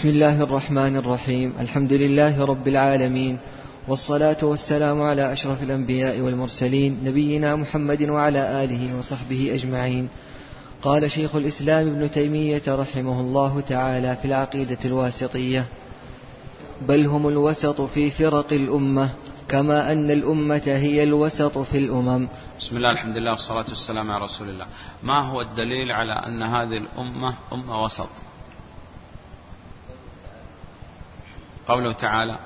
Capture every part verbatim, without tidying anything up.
بسم الله الرحمن الرحيم. الحمد لله رب العالمين، والصلاة والسلام على أشرف الأنبياء والمرسلين، نبينا محمد وعلى آله وصحبه أجمعين. قال شيخ الإسلام ابن تيمية رحمه الله تعالى في العقيدة الواسطية: بل هم الوسط في فرق الأمة، كما أن الأمة هي الوسط في الأمم. بسم الله، الحمد لله، والصلاة والسلام على رسول الله. ما هو الدليل على أن هذه الأمة أمة وسط؟ قوله تعالى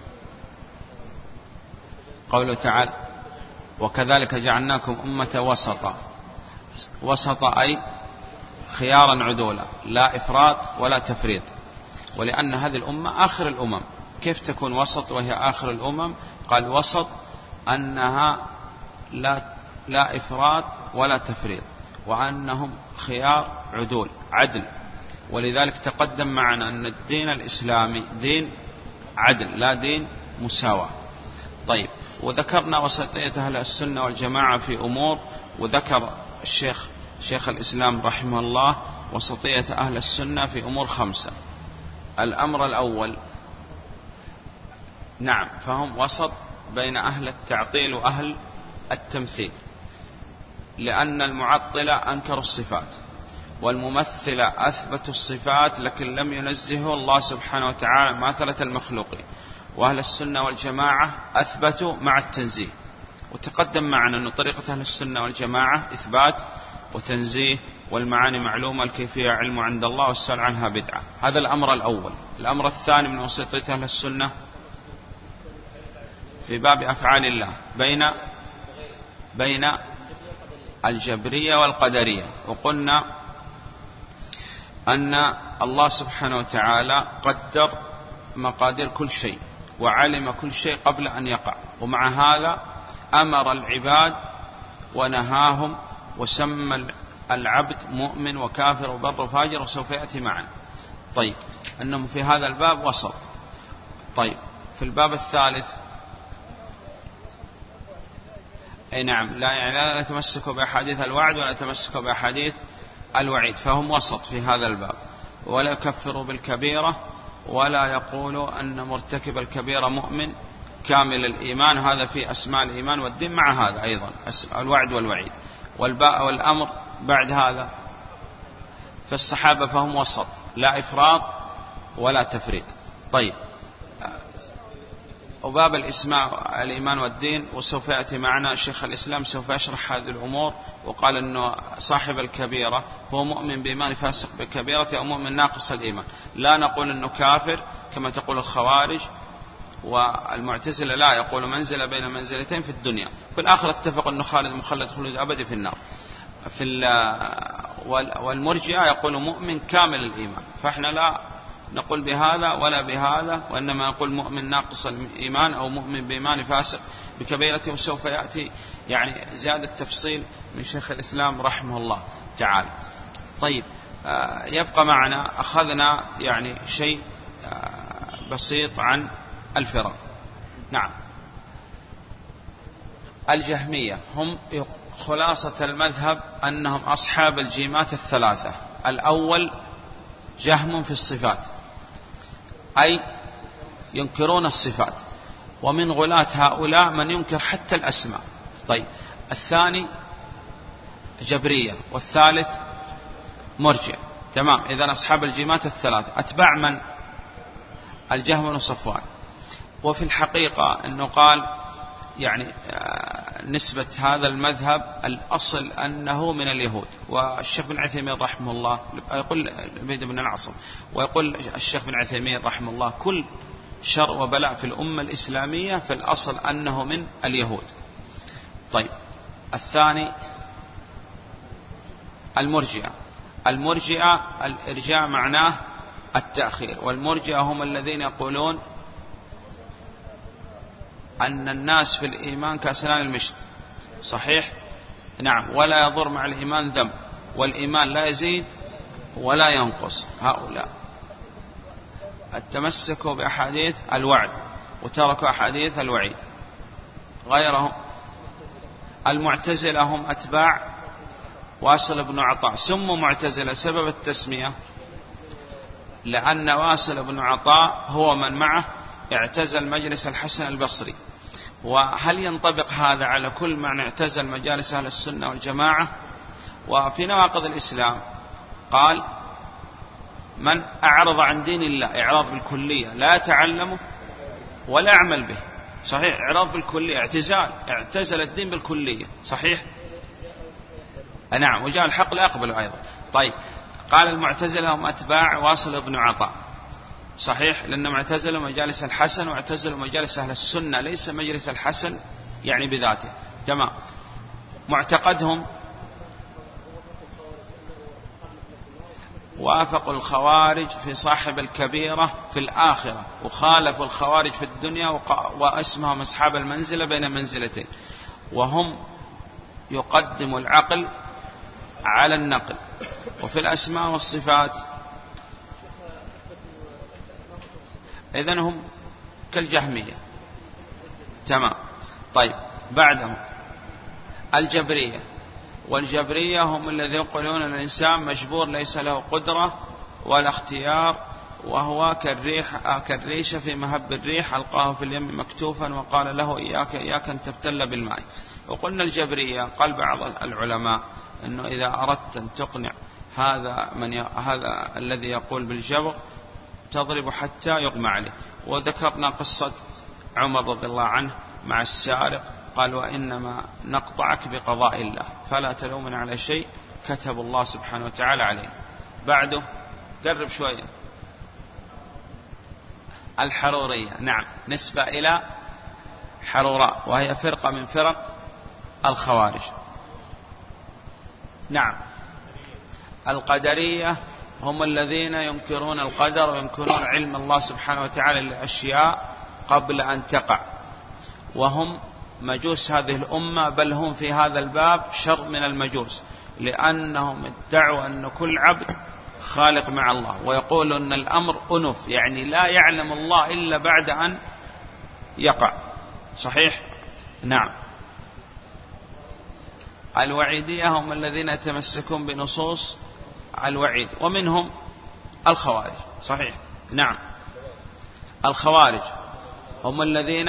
قوله تعالى وكذلك جعلناكم أمة وسطا. وسط أي خيارا عدولا، لا إفراط ولا تفريط. ولأن هذه الأمة آخر الأمم، كيف تكون وسط وهي آخر الأمم؟ قال وسط أنها لا, لا إفراط ولا تفريط، وأنهم خيار عدول عدل. ولذلك تقدم معنا أن الدين الإسلامي دين عدل لا دين مساواة. طيب، وذكرنا وسطية أهل السنة والجماعة في أمور، وذكر الشيخ شيخ الإسلام رحمه الله وسطية أهل السنة في أمور خمسة. الأمر الأول، نعم، فهم وسط بين أهل التعطيل وأهل التمثيل، لأن المعطلة أنكروا الصفات، والممثلة أثبتوا الصفات لكن لم ينزهوا الله سبحانه وتعالى مماثلة المخلوقين. وأهل السنة والجماعة أثبتوا مع التنزيه. وتقدم معنا أن طريقة أهل السنة والجماعة إثبات وتنزيه، والمعاني معلومة، الكيفية علم عند الله، والسؤال عنها بدعة. هذا الأمر الأول. الأمر الثاني من وسطية أهل السنة في باب أفعال الله بين بين الجبرية والقدرية. وقلنا أن الله سبحانه وتعالى قدر مقادير كل شيء وعلم كل شيء قبل أن يقع، ومع هذا أمر العباد ونهاهم، وسمى العبد مؤمن وكافر وبر وفاجر، وسوف يأتي معنا. طيب، أنهم في هذا الباب وسط. طيب، في الباب الثالث، أي نعم، لا يعني لا يتمسكوا بأحاديث الوعد ولا يتمسكوا بأحاديث الوعيد، فهم وسط في هذا الباب. ولا يكفروا بالكبيرة، ولا يقولوا أن مرتكب الكبيرة مؤمن كامل الإيمان. هذا في أسماء الإيمان والدين، مع هذا أيضا الوعد والوعيد. والباء والأمر بعد هذا. فالصحابة فهم وسط، لا إفراط ولا تفريط. طيب، وباب الإسماء الإيمان والدين، وسوف يأتي معنا شيخ الإسلام سوف يشرح هذه الأمور. وقال أنه صاحب الكبيرة هو مؤمن بإيمان فاسق بكبيرة، أو مؤمن ناقص الإيمان. لا نقول أنه كافر كما تقول الخوارج والمعتزلة، لا، يقول منزلة بين منزلتين في الدنيا، في الآخرة اتفق أنه خالد مخلد خلود أبدي في النار. في والمرجئة يقول مؤمن كامل الإيمان. فإحنا لا نقول بهذا ولا بهذا، وإنما نقول مؤمن ناقص الإيمان أو مؤمن بإيمان فاسق بكبيرة. وسوف يأتي يعني زيادة تفصيل من شيخ الإسلام رحمه الله تعالى. طيب، يبقى معنا أخذنا يعني شيء بسيط عن الفرق. نعم، الجهمية هم خلاصة المذهب أنهم أصحاب الجيمات الثلاثة. الأول جهم في الصفات، أي ينكرون الصفات، ومن غلاة هؤلاء من ينكر حتى الأسماء. طيب، الثاني جبرية، والثالث مرجئة. تمام، إذن أصحاب الجيمات الثلاث أتباع من؟ الجهم بن صفوان. وفي الحقيقة أنه قال يعني نسبة هذا المذهب الأصل أنه من اليهود. والشيخ بن عثيمين رحمه الله يقول عبيد بن العاصم، ويقول الشيخ بن عثيمين رحمه الله كل شر وبلاء في الأمة الإسلامية في الأصل أنه من اليهود. طيب، الثاني المرجئة. المرجئة الإرجاء معناه التأخير، والمرجئة هم الذين يقولون أن الناس في الإيمان كأسنان المشط. صحيح؟ نعم، ولا يضر مع الإيمان ذنب، والإيمان لا يزيد ولا ينقص. هؤلاء التمسكوا بأحاديث الوعد وتركوا أحاديث الوعيد. غيرهم المعتزلة هم أتباع واصل بن عطاء، سموا معتزلة سبب التسمية لأن واصل بن عطاء هو من معه اعتزل مجلس الحسن البصري. وهل ينطبق هذا على كل من اعتزل مجالس أهل السنة والجماعة؟ وفي نواقض الإسلام قال من أعرض عن دين الله إعراض بالكلية لا يتعلمه ولا يعمل به. صحيح، إعراض بالكلية، اعتزال، اعتزل الدين بالكلية. صحيح، نعم، وجاء الحق لا يقبله أيضا. طيب، قال المعتزلة هم أتباع واصل بن عطاء. صحيح، لأنهم اعتزلوا مجالس الحسن واعتزلوا مجالس أهل السنة، ليس مجلس الحسن يعني بذاته. تمام. معتقدهم وافقوا الخوارج في صاحب الكبيرة في الآخرة، وخالفوا الخوارج في الدنيا، واسمهم أصحاب المنزلة بين منزلتين، وهم يقدم العقل على النقل. وفي الأسماء والصفات إذن هم كالجهمية. تمام. طيب، بعدهم الجبرية. والجبرية هم الذين يقولون أن الإنسان مجبور ليس له قدرة ولا اختيار، وهو كالريح كالريشة في مهب الريح ألقاه في اليم مكتوفا وقال له إياك إياك أن تبتل بالماء. وقلنا الجبرية قال بعض العلماء أنه إذا أردت أن تقنع هذا من ي... هذا الذي يقول بالجبر تضرب حتى يغمى عليه. وذكرنا قصة عمر رضي الله عنه مع السارق، قال وإنما نقطعك بقضاء الله فلا تلومنا على شيء كتب الله سبحانه وتعالى عليه. بعده قرب شوية الحرورية. نعم، نسبة إلى حروراء، وهي فرقة من فرق الخوارج. نعم. القدرية هم الذين ينكرون القدر وينكرون علم الله سبحانه وتعالى للأشياء قبل أن تقع، وهم مجوس هذه الأمة، بل هم في هذا الباب شر من المجوس، لأنهم ادعوا أن كل عبد خالق مع الله، ويقول أن الأمر أنف، يعني لا يعلم الله إلا بعد أن يقع. صحيح؟ نعم. الوعيدية هم الذين يتمسكون بنصوص الوعيد، ومنهم الخوارج. صحيح، نعم. الخوارج هم الذين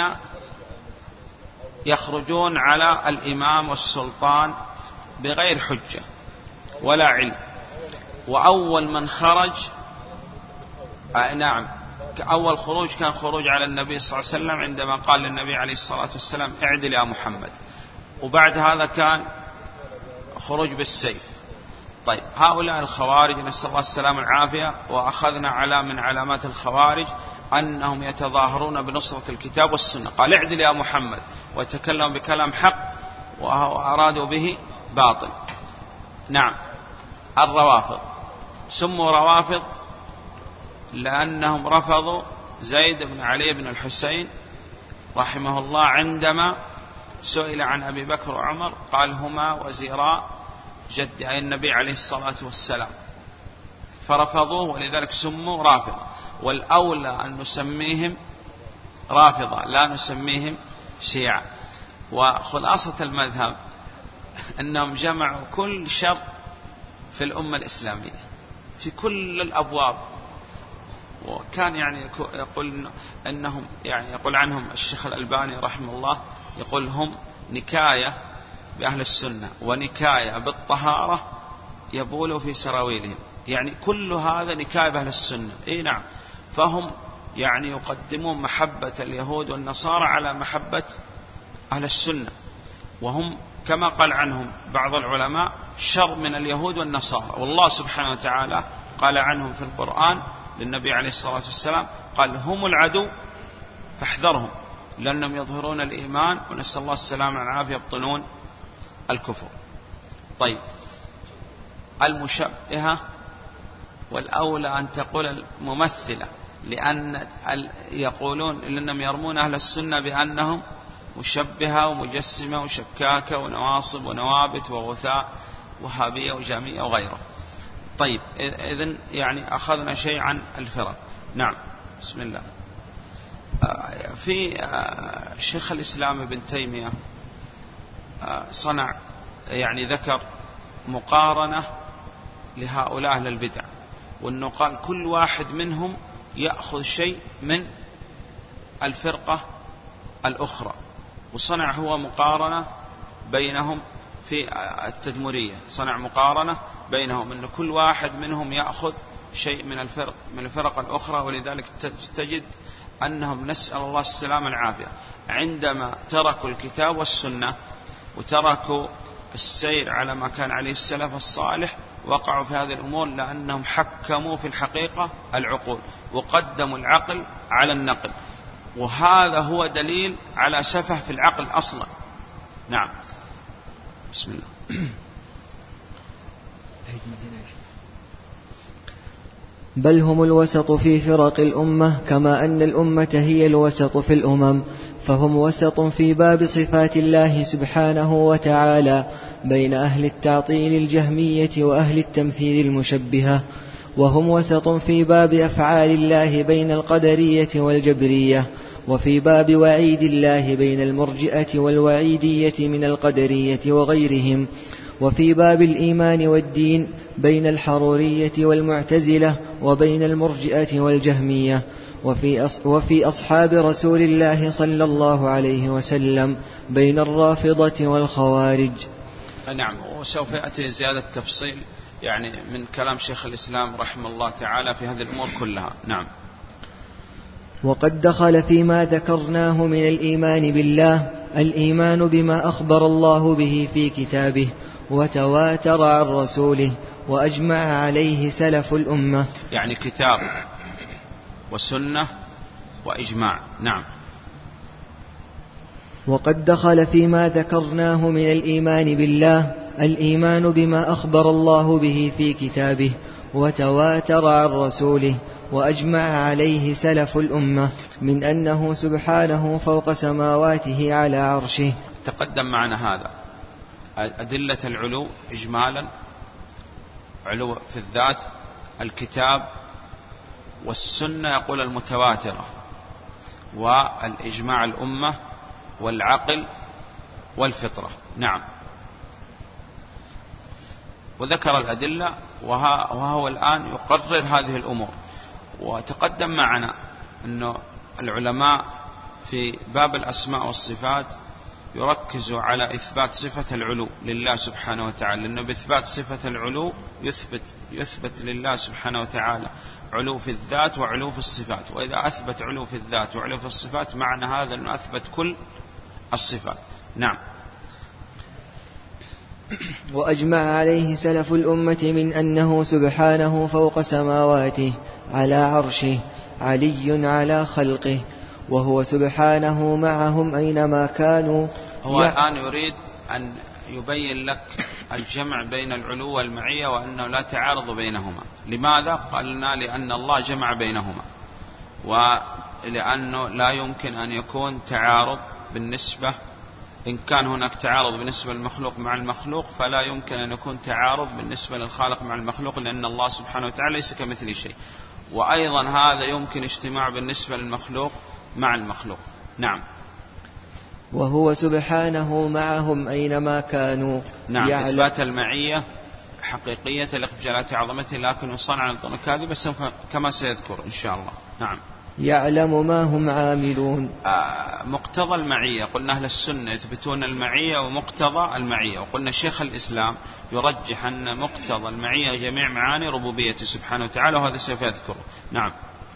يخرجون على الإمام والسلطان بغير حجة ولا علم. وأول من خرج آه نعم أول خروج كان خروج على النبي صلى الله عليه وسلم عندما قال للنبي عليه الصلاة والسلام اعدل يا محمد، وبعد هذا كان خروج بالسيف. طيب، هؤلاء الخوارج نسأل الله السلامة والعافية، وأخذنا على من علامات الخوارج أنهم يتظاهرون بنصرة الكتاب والسنة. قال اعدل يا محمد، وتكلموا بكلام حق وأرادوا به باطل. نعم. الروافض سموا روافض لأنهم رفضوا زيد بن علي بن الحسين رحمه الله عندما سئل عن أبي بكر وعمر، قال هما وزيراء جد أي النبي عليه الصلاة والسلام، فرفضوه، ولذلك سموا رافضة. والأولى أن نسميهم رافضة لا نسميهم شيعة. وخلاصة المذهب أنهم جمعوا كل شر في الأمة الإسلامية في كل الأبواب. وكان يعني يقول أنهم يعني يقول عنهم الشيخ الألباني رحمه الله، يقول هم نكاية بأهل السنة ونكاية بالطهارة يبولوا في سراويلهم، يعني كل هذا نكاية بأهل السنة. إيه نعم. فهم يعني يقدمون محبة اليهود والنصارى على محبة أهل السنة، وهم كما قال عنهم بعض العلماء شر من اليهود والنصارى. والله سبحانه وتعالى قال عنهم في القرآن للنبي عليه الصلاة والسلام، قال هم العدو فاحذرهم لأنهم يظهرون الإيمان ونسأل الله السلامة والعافية يبطنون الكفر. طيب، المشبهة والأولى أن تقول الممثلة، لأن يقولون لأنهم يرمون أهل السنة بأنهم مشبهة ومجسمة وشكاكة ونواصب ونوابت وغثاء وهابية وجامية وغيره. طيب، إذن يعني أخذنا شيء عن الفرق. نعم. بسم الله. في شيخ الإسلام ابن تيمية صنع يعني ذكر مقارنة لهؤلاء أهل البدع، وأنه قال كل واحد منهم يأخذ شيء من الفرقة الأخرى، وصنع هو مقارنة بينهم في التدمرية، صنع مقارنة بينهم أن كل واحد منهم يأخذ شيء من الفرق من الفرق الأخرى. ولذلك تجد أنهم نسأل الله السلامة العافية عندما تركوا الكتاب والسنة وتركوا السير على ما كان عليه السلف الصالح وقعوا في هذه الأمور، لأنهم حكموا في الحقيقة العقول وقدموا العقل على النقل، وهذا هو دليل على سفه في العقل أصلا. نعم. بسم الله. بل هم الوسط في فرق الأمة، كما أن الأمة هي الوسط في الأمم، فهم وسط في باب صفات الله سبحانه وتعالى بين أهل التعطيل الجهمية وأهل التمثيل المشبهة، وهم وسط في باب أفعال الله بين القدرية والجبرية، وفي باب وعيد الله بين المرجئة والوعيدية من القدرية وغيرهم، وفي باب الإيمان والدين بين الحرورية والمعتزلة وبين المرجئة والجهمية، وفي, وفي أصحاب رسول الله صلى الله عليه وسلم بين الرافضة والخوارج. نعم. وسوف يأتي زيادة تفصيل يعني من كلام شيخ الإسلام رحمه الله تعالى في هذه الأمور كلها. نعم. وقد دخل فيما ذكرناه من الإيمان بالله الإيمان بما أخبر الله به في كتابه وتواتر عن رسوله وأجمع عليه سلف الأمة، يعني كتاب وسنة وإجماع. نعم. وقد دخل فيما ذكرناه من الإيمان بالله الإيمان بما أخبر الله به في كتابه وتواتر عن رسوله وأجمع عليه سلف الأمة من أنه سبحانه فوق سماواته على عرشه. تقدم معنا هذا أدلة العلو إجمالا، علو في الذات، الكتاب والسنة يقول المتواترة، والإجماع الأمة، والعقل، والفطرة. نعم. وذكر الأدلة وهو الآن يقرر هذه الأمور. وتقدم معنا أن العلماء في باب الأسماء والصفات يركزوا على إثبات صفة العلو لله سبحانه وتعالى، لأنه بإثبات صفة العلو يثبت, يثبت لله سبحانه وتعالى علو في الذات وعلو في الصفات. وإذا أثبت علو في الذات وعلو في الصفات معنى هذا أنه أثبت كل الصفات. نعم. وأجمع عليه سلف الأمة من أنه سبحانه فوق سماواته على عرشه علي على خلقه، وهو سبحانه معهم أينما كانوا. هو الآن يريد أن يبين لك الجمع بين العلو والمعية وأنه لا تعارض بينهما. لماذا؟ قالنا لأن الله جمع بينهما، ولأنه لا يمكن أن يكون تعارض بالنسبة، إن كان هناك تعارض بالنسبة للمخلوق مع المخلوق فلا يمكن أن يكون تعارض بالنسبة للخالق مع المخلوق، لأن الله سبحانه وتعالى ليس كمثله شيء. وأيضا هذا يمكن اجتماع بالنسبة للمخلوق مع المخلوق. نعم. وهو سبحانه معهم أينما كانوا. نعم. إثبات المعية حقيقية لجلالة عظمته، لكن يصنع عن الظن كاذبة كما سيذكر إن شاء الله. نعم. يعلم ما هم عاملون. آه مقتضى المعية، قلنا أهل السنة يثبتون المعية ومقتضى المعية، وقلنا شيخ الإسلام يرجح أن مقتضى المعية جميع معاني ربوبيته سبحانه وتعالى، وهذا سوف يذكره. نعم.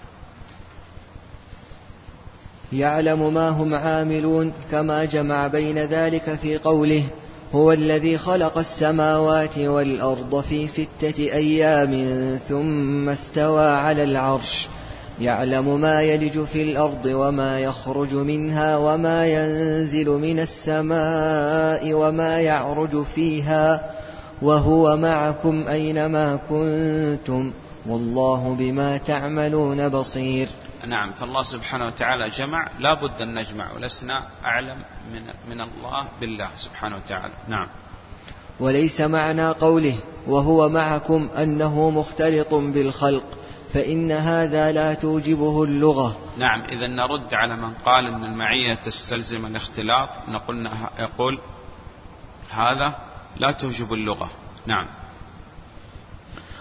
يعلم ما هم عاملون، كما جمع بين ذلك في قوله هو الذي خلق السماوات والأرض في ستة أيام ثم استوى على العرش يعلم ما يلج في الأرض وما يخرج منها وما ينزل من السماء وما يعرج فيها وهو معكم أينما كنتم والله بما تعملون بصير. نعم. فالله سبحانه وتعالى جمع، لا بد أن نجمع، ولسنا أعلم من, من الله بالله سبحانه وتعالى. نعم. وليس معنى قوله وهو معكم أنه مختلط بالخلق، فإن هذا لا توجبه اللغة. نعم. إذا نرد على من قال أن المعية تستلزم الاختلاط، نقول يقول هذا لا توجب اللغة. نعم.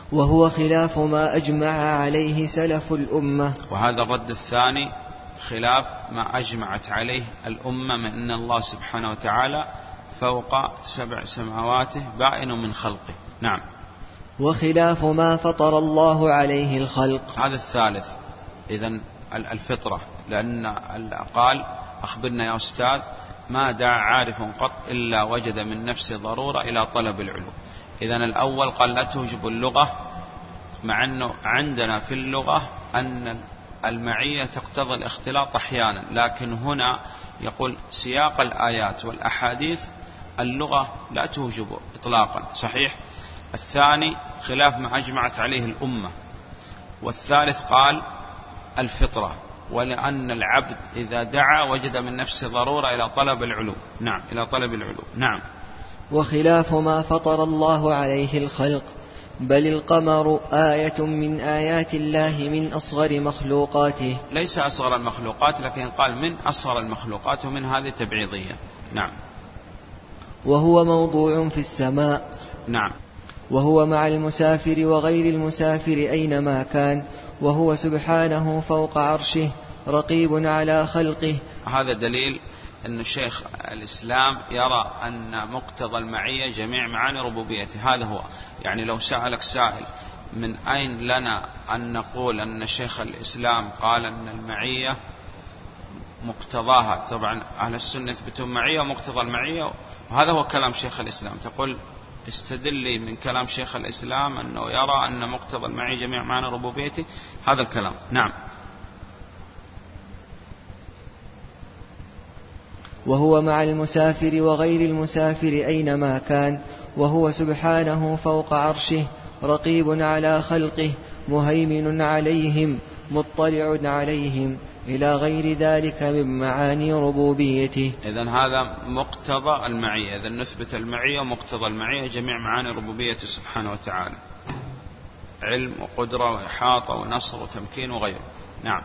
وهو خلاف ما أجمع عليه سلف الأمة. وهذا الرد الثاني خلاف ما أجمعت عليه الأمة من أن الله سبحانه وتعالى فوق سبع سماواته بائن من خلقه. نعم. وخلاف ما فطر الله عليه الخلق. هذا الثالث. إذن الفطرة، لأن قال أخبرنا يا أستاذ ما دعا عارف قط إلا وجد من نفسه ضرورة إلى طلب العلوم. إذن الأول قال لا توجب اللغة، مع أنه عندنا في اللغة أن المعية تقتضي الاختلاط أحيانا، لكن هنا يقول سياق الآيات والأحاديث اللغة لا توجب إطلاقا. صحيح. الثاني خلاف ما أجمعت عليه الأمة. والثالث قال الفطرة، ولأن العبد إذا دعا وجد من نفسه ضرورة إلى طلب العلوم. نعم، إلى طلب العلوم. نعم. وخلاف ما فطر الله عليه الخلق، بل القمر آية من آيات الله من أصغر مخلوقاته. ليس أصغر المخلوقات، لكن قال من أصغر المخلوقات، ومن هذه تبعيضية. نعم. وهو موضوع في السماء. نعم. وهو مع المسافر وغير المسافر أينما كان، وهو سبحانه فوق عرشه رقيب على خلقه. هذا دليل أن الشيخ الإسلام يرى أن مقتضى المعية جميع معاني ربوبيته. هذا هو، يعني لو سألك سائل من أين لنا أن نقول أن الشيخ الإسلام قال أن المعية مقتضاها، طبعا أهل السنة يثبتون معية ومقتضى المعية، وهذا هو كلام شيخ الإسلام. تقول استدلي من كلام شيخ الإسلام أنه يرى أن مقتضى المعية جميع معاني ربوبيته، هذا الكلام. نعم. وهو مع المسافر وغير المسافر أينما كان، وهو سبحانه فوق عرشه رقيب على خلقه مهيمن عليهم مطلع عليهم، إلى غير ذلك من معاني ربوبيته. إذن هذا مقتضى المعية. إذن نثبت المعية ومقتضى المعية جميع معاني ربوبيته سبحانه وتعالى، علم وقدرة وإحاطة ونصر وتمكين وغيره. نعم.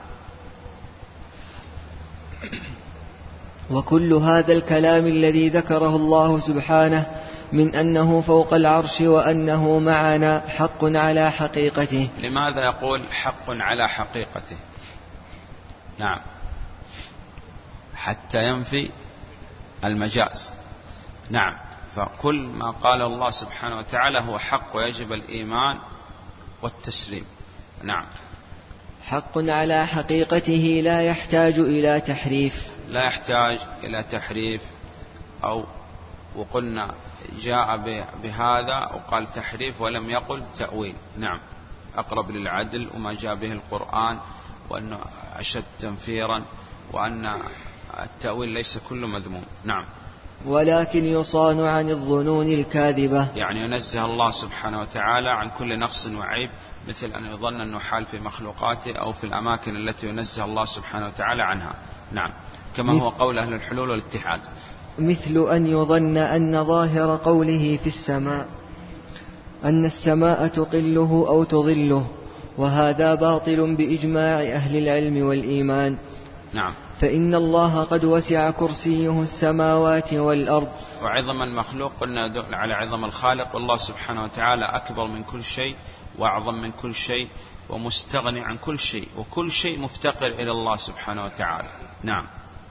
وكل هذا الكلام الذي ذكره الله سبحانه من أنه فوق العرش وأنه معنا حق على حقيقته. لماذا يقول حق على حقيقته؟ نعم، حتى ينفي المجاز. نعم، فكل ما قال الله سبحانه وتعالى هو حق ويجب الإيمان والتسليم. نعم. حق على حقيقته لا يحتاج إلى تحريف. لا يحتاج إلى تحريف، أو وقلنا جاء بهذا وقال تحريف ولم يقل تأويل. نعم، أقرب للعدل وما جاء به القرآن، وأنه أشد تنفيرا، وأن التأويل ليس كله مذموم. نعم. ولكن يصان عن الظنون الكاذبة، يعني ينزه الله سبحانه وتعالى عن كل نقص وعيب، مثل أن يظن أنه حال في مخلوقاته أو في الأماكن التي ينزه الله سبحانه وتعالى عنها. نعم، كما هو قول أهل الحلول والاتحاد. مثل أن يظن أن ظاهر قوله في السماء أن السماء تقله أو تظله، وهذا باطل بإجماع أهل العلم والإيمان. نعم. فإن الله قد وسع كرسيه السماوات والأرض. وعظم المخلوق قلنا يدل على عظم الخالق، والله سبحانه وتعالى أكبر من كل شيء وأعظم من كل شيء ومستغني عن كل شيء، وكل شيء مفتقر إلى الله سبحانه وتعالى. نعم.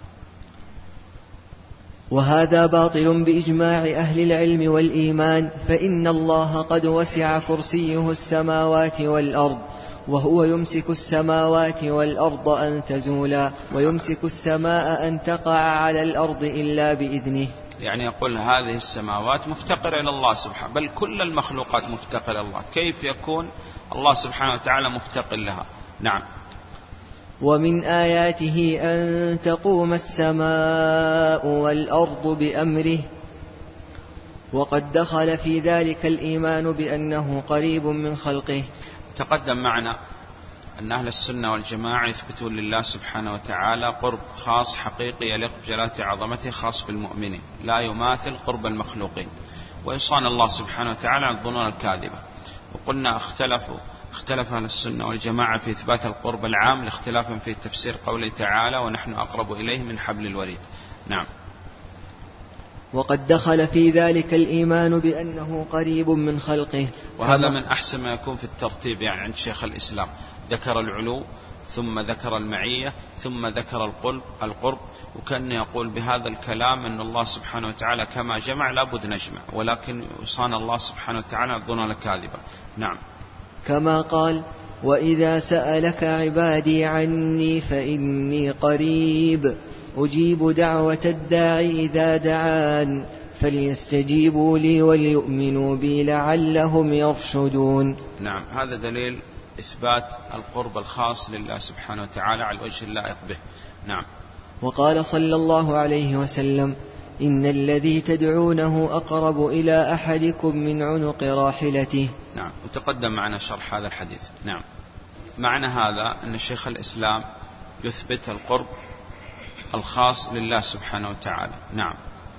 وهذا باطل بإجماع أهل العلم والإيمان، فإن الله قد وسع كرسيه السماوات والأرض، وهو يمسك السماوات والأرض أن تزولا، ويمسك السماء أن تقع على الأرض إلا بإذنه. يعني يقول هذه السماوات مفتقرة إلى الله سبحانه، بل كل المخلوقات مفتقرة إلى الله، كيف يكون الله سبحانه وتعالى مفتقر لها؟ نعم. ومن آياته أن تقوم السماء والأرض بأمره، وقد دخل في ذلك الإيمان بأنه قريب من خلقه. تقدم معنا أن أهل السنة والجماعة يثبتون لله سبحانه وتعالى قرب خاص حقيقي يليق بجلالة عظمته، خاص بالمؤمنين، لا يماثل قرب المخلوقين، ويصان الله سبحانه وتعالى عن الظنون الكاذبة. وقلنا اختلفوا اختلف أهل السنة والجماعة في إثبات القرب العام لاختلاف في تفسير قوله تعالى ونحن أقرب إليه من حبل الوريد. نعم. وقد دخل في ذلك الإيمان بأنه قريب من خلقه. وهذا من أحسن ما يكون في الترتيب، يعني عند شيخ الإسلام ذكر العلو ثم ذكر المعية ثم ذكر القرب, القرب وكان يقول بهذا الكلام أن الله سبحانه وتعالى كما جمع لابد نجمع، ولكن يصان الله سبحانه وتعالى الظنون الكاذبة. نعم. كما قال: وإذا سألك عبادي عني فإني قريب أجيب دعوة الداعي إذا دعان فليستجيبوا لي وليؤمنوا بي لعلهم يرشدون. نعم، هذا دليل إثبات القرب الخاص لله سبحانه وتعالى على الوجه اللائق به. نعم. وقال صلى الله عليه وسلم: إن الذي تدعونه أقرب إلى أحدكم من عنق راحلته. نعم، وتقدم معنا شرح هذا الحديث. نعم. معنى هذا أن شيخ الإسلام يثبت القرب الخاص لله سبحانه وتعالى. نعم.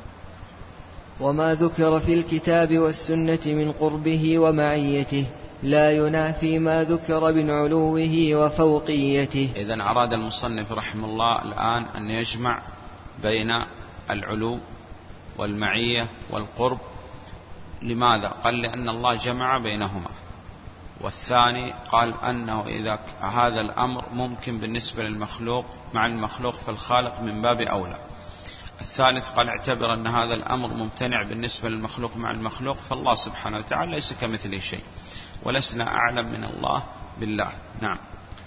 وما ذكر في الكتاب والسنة من قربه ومعيته لا ينافي ما ذكر من علوه وفوقيته. إذن أراد المصنف رحمه الله الآن أن يجمع بين العلو والمعية والقرب. لماذا؟ قال لأن الله جمع بينهما. والثاني قال أنه إذا هذا الأمر ممكن بالنسبة للمخلوق مع المخلوق فالخالق من باب أولى. الثالث قال اعتبر أن هذا الأمر ممتنع بالنسبة للمخلوق مع المخلوق فالله سبحانه وتعالى ليس كمثله شيء ولسنا أعلم من الله بالله. نعم.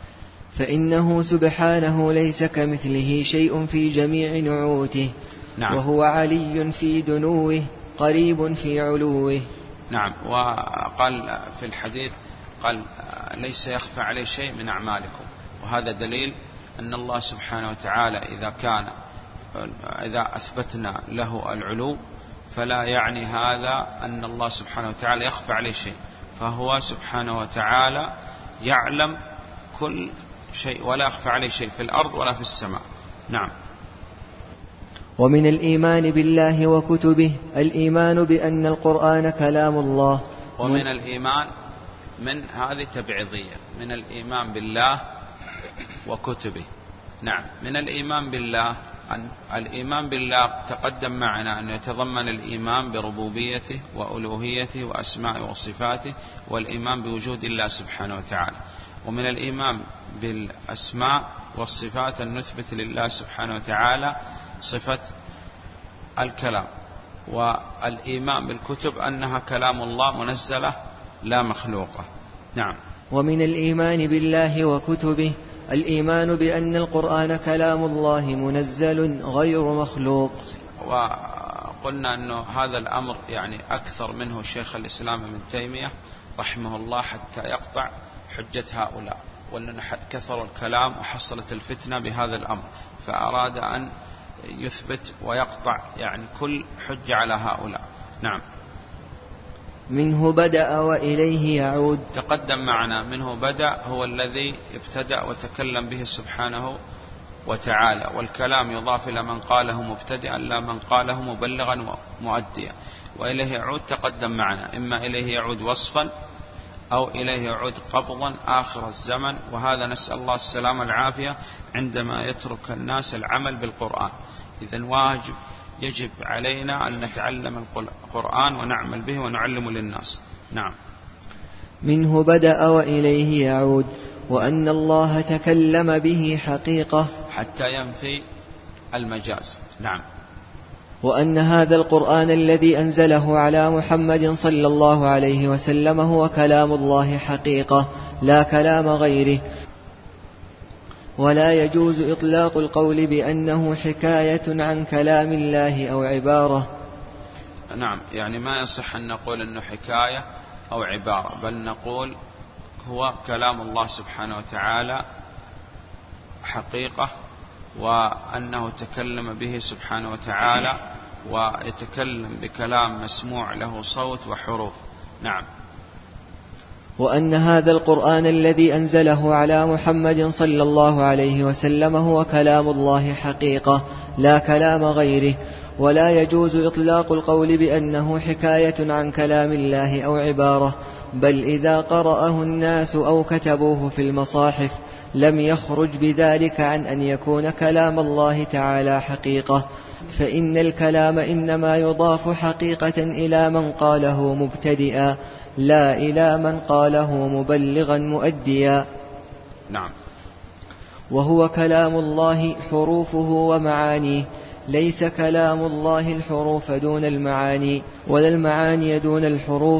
فإنه سبحانه ليس كمثله شيء في جميع نعوته. نعم. وهو علي في دنوه قريب في علوه. نعم. وقال في الحديث قال ليس يخفى عليه شيء من أعمالكم، وهذا دليل أن الله سبحانه وتعالى إذا كان إذا أثبتنا له العلو فلا يعني هذا أن الله سبحانه وتعالى يخفى عليه شيء، فهو سبحانه وتعالى يعلم كل شيء ولا يخفى عليه شيء في الأرض ولا في السماء. نعم. ومن الإيمان بالله وكتبه الإيمان بأن القرآن كلام الله. ومن الإيمان من هذه تبعيضية من الإيمان بالله وكتبه. نعم. من الإيمان بالله أن الإيمان بالله تقدم معنا أن يتضمن الإيمان بربوبيته وألوهيته وأسماء وصفاته والإيمان بوجود الله سبحانه وتعالى. ومن الإيمان بالأسماء والصفات أن نثبت لله سبحانه وتعالى صفة الكلام. والإيمان بالكتب أنها كلام الله منزلة لا مخلوقة. نعم. ومن الإيمان بالله وكتبه الإيمان بأن القرآن كلام الله منزل غير مخلوق. وقلنا أنه هذا الأمر يعني أكثر منه شيخ الإسلام ابن تيمية رحمه الله حتى يقطع حجة هؤلاء، وأن كثر الكلام وحصلت الفتنة بهذا الأمر، فأراد أن يثبت ويقطع يعني كل حجة على هؤلاء. نعم. منه بدأ وإليه يعود. تقدم معنا منه بدأ هو الذي ابتدأ وتكلم به سبحانه وتعالى، والكلام يضاف إلى من قاله مبتدئا لا من قاله مبلغا مؤديا. وإليه يعود تقدم معنا إما إليه يعود وصفا أو إليه يعود قبضا آخر الزمن، وهذا نسأل الله السلامة العافية عندما يترك الناس العمل بالقرآن. إذن واجب يجب علينا أن نتعلم القرآن ونعمل به ونعلم للناس. نعم. منه بدأ وإليه يعود، وأن الله تكلم به حقيقة حتى ينفي المجاز. نعم. وأن هذا القرآن الذي أنزله على محمد صلى الله عليه وسلم هو كلام الله حقيقة لا كلام غيره، ولا يجوز إطلاق القول بأنه حكاية عن كلام الله أو عبارة. نعم. يعني ما يصح أن نقول أنه حكاية أو عبارة، بل نقول هو كلام الله سبحانه وتعالى حقيقة، وأنه تكلم به سبحانه وتعالى ويتكلم بكلام مسموع له صوت وحروف. نعم. وأن هذا القرآن الذي أنزله على محمد صلى الله عليه وسلم هو كلام الله حقيقة لا كلام غيره، ولا يجوز إطلاق القول بأنه حكاية عن كلام الله أو عبارة، بل إذا قرأه الناس أو كتبوه في المصاحف لم يخرج بذلك عن أن يكون كلام الله تعالى حقيقة، فإن الكلام إنما يضاف حقيقة إلى من قاله مبتدئا لا إلى من قاله مبلغا مؤديا. نعم. وهو كلام الله حروفه ومعانيه، ليس كلام الله الحروف دون المعاني ولا المعاني دون الحروف.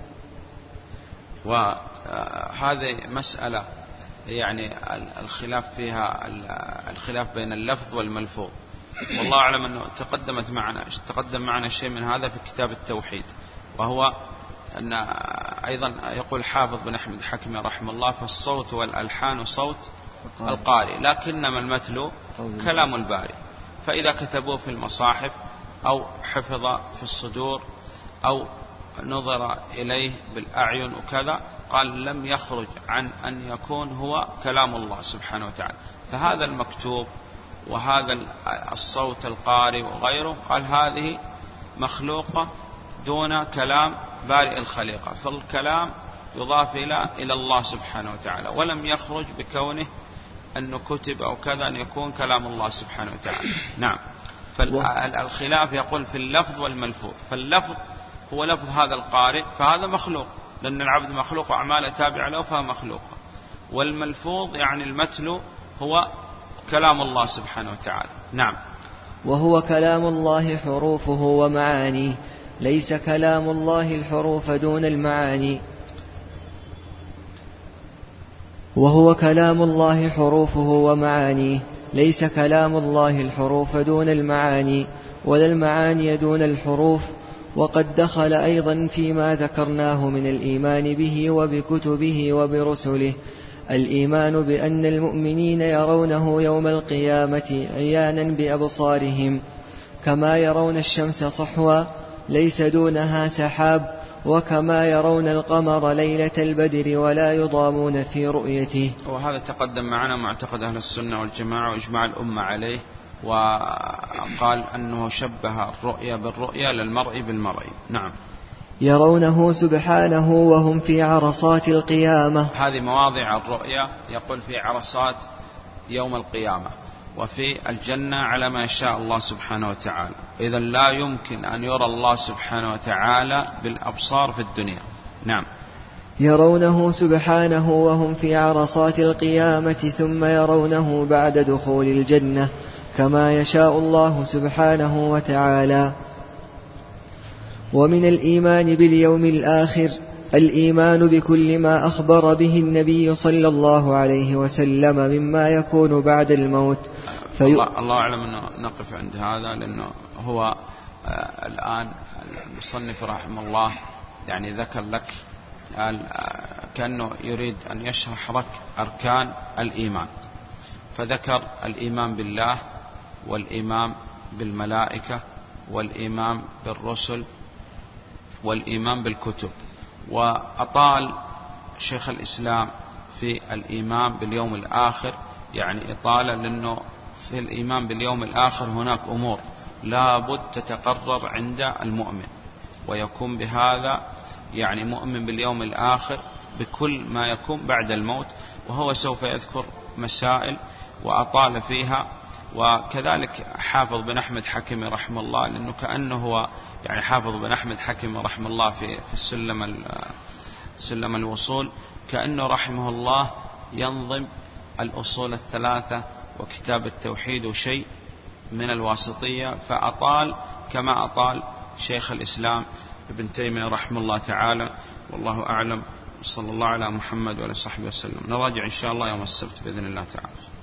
وهذه مسألة يعني الخلاف فيها الخلاف بين اللفظ والملفوظ، والله أعلم أنه تقدمت معنا تقدم معنا شيء من هذا في كتاب التوحيد، وهو أن أيضا يقول حافظ بن أحمد حكمي رحمه الله: فالصوت والألحان صوت القارئ لكنما المتلو كلام الباري. فإذا كتبوه في المصاحف أو حفظ في الصدور أو نظر إليه بالأعين وكذا، قال لم يخرج عن أن يكون هو كلام الله سبحانه وتعالى. فهذا المكتوب وهذا الصوت القارئ وغيره قال هذه مخلوقة دون كلام بارئ الخليقة، فالكلام يضاف إلى إلى الله سبحانه وتعالى، ولم يخرج بكونه أنه كتب أو كذا أن يكون كلام الله سبحانه وتعالى. نعم. فالخلاف يقول في اللفظ والملفوظ، فاللفظ هو لفظ هذا القارئ فهذا مخلوق، لأن العبد مخلوق وأعماله تابعة له فهو مخلوق. والملفوظ يعني المتلو هو كلام الله سبحانه وتعالى. نعم. وهو كلام الله حروفه ومعانيه، ليس كلام الله الحروف دون المعاني. وهو كلام الله حروفه ومعانيه، ليس كلام الله الحروف دون المعاني ولا المعاني دون الحروف. وقد دخل أيضا فيما ذكرناه من الإيمان به وبكتبه وبرسله الإيمان بأن المؤمنين يرونه يوم القيامة عيانا بأبصارهم، كما يرون الشمس صحوا ليس دونها سحاب، وكما يرون القمر ليلة البدر ولا يضامون في رؤيته. وهذا تقدم معنا معتقد أهل السنة والجماعة وإجماع الأمة عليه، وقال أنه شبه الرؤيا بالرؤيا للمرء بالمرء. نعم. يرونه سبحانه وهم في عرصات القيامة. هذه مواضع الرؤيا، يقول في عرصات يوم القيامة، وفي الجنة على ما يشاء الله سبحانه وتعالى. إذن لا يمكن أن يرى الله سبحانه وتعالى بالأبصار في الدنيا. نعم. يرونه سبحانه وهم في عرصات القيامة ثم يرونه بعد دخول الجنة كما يشاء الله سبحانه وتعالى. ومن الإيمان باليوم الآخر الإيمان بكل ما أخبر به النبي صلى الله عليه وسلم مما يكون بعد الموت. في... الله, الله أعلم أنه نقف عند هذا، لأنه هو آه الآن المصنف رحمه الله يعني ذكر لك آه كأنه يريد أن يشرح لك أركان الإيمان، فذكر الإيمان بالله والإيمان بالملائكة والإيمان بالرسل والإيمان بالكتب، وأطال شيخ الإسلام في الإيمان باليوم الآخر، يعني إطالة، لأنه في الإيمان باليوم الآخر هناك أمور لابد تتقرر عند المؤمن، ويكون بهذا يعني مؤمن باليوم الآخر بكل ما يكون بعد الموت، وهو سوف يذكر مسائل وأطال فيها. وكذلك حافظ بن أحمد حكمي رحمه الله، لأنه كأنه هو يعني حافظ بن أحمد حكمي رحمه الله في في السلم سلم الوصول، كأنه رحمه الله ينظم الأصول الثلاثة وكتاب التوحيد وشيء من الواسطية، فأطال كما أطال شيخ الإسلام ابن تيمية رحمه الله تعالى. والله أعلم، صلى الله على محمد وعلى صحبه وسلم. نراجع إن شاء الله يوم السبت بإذن الله تعالى.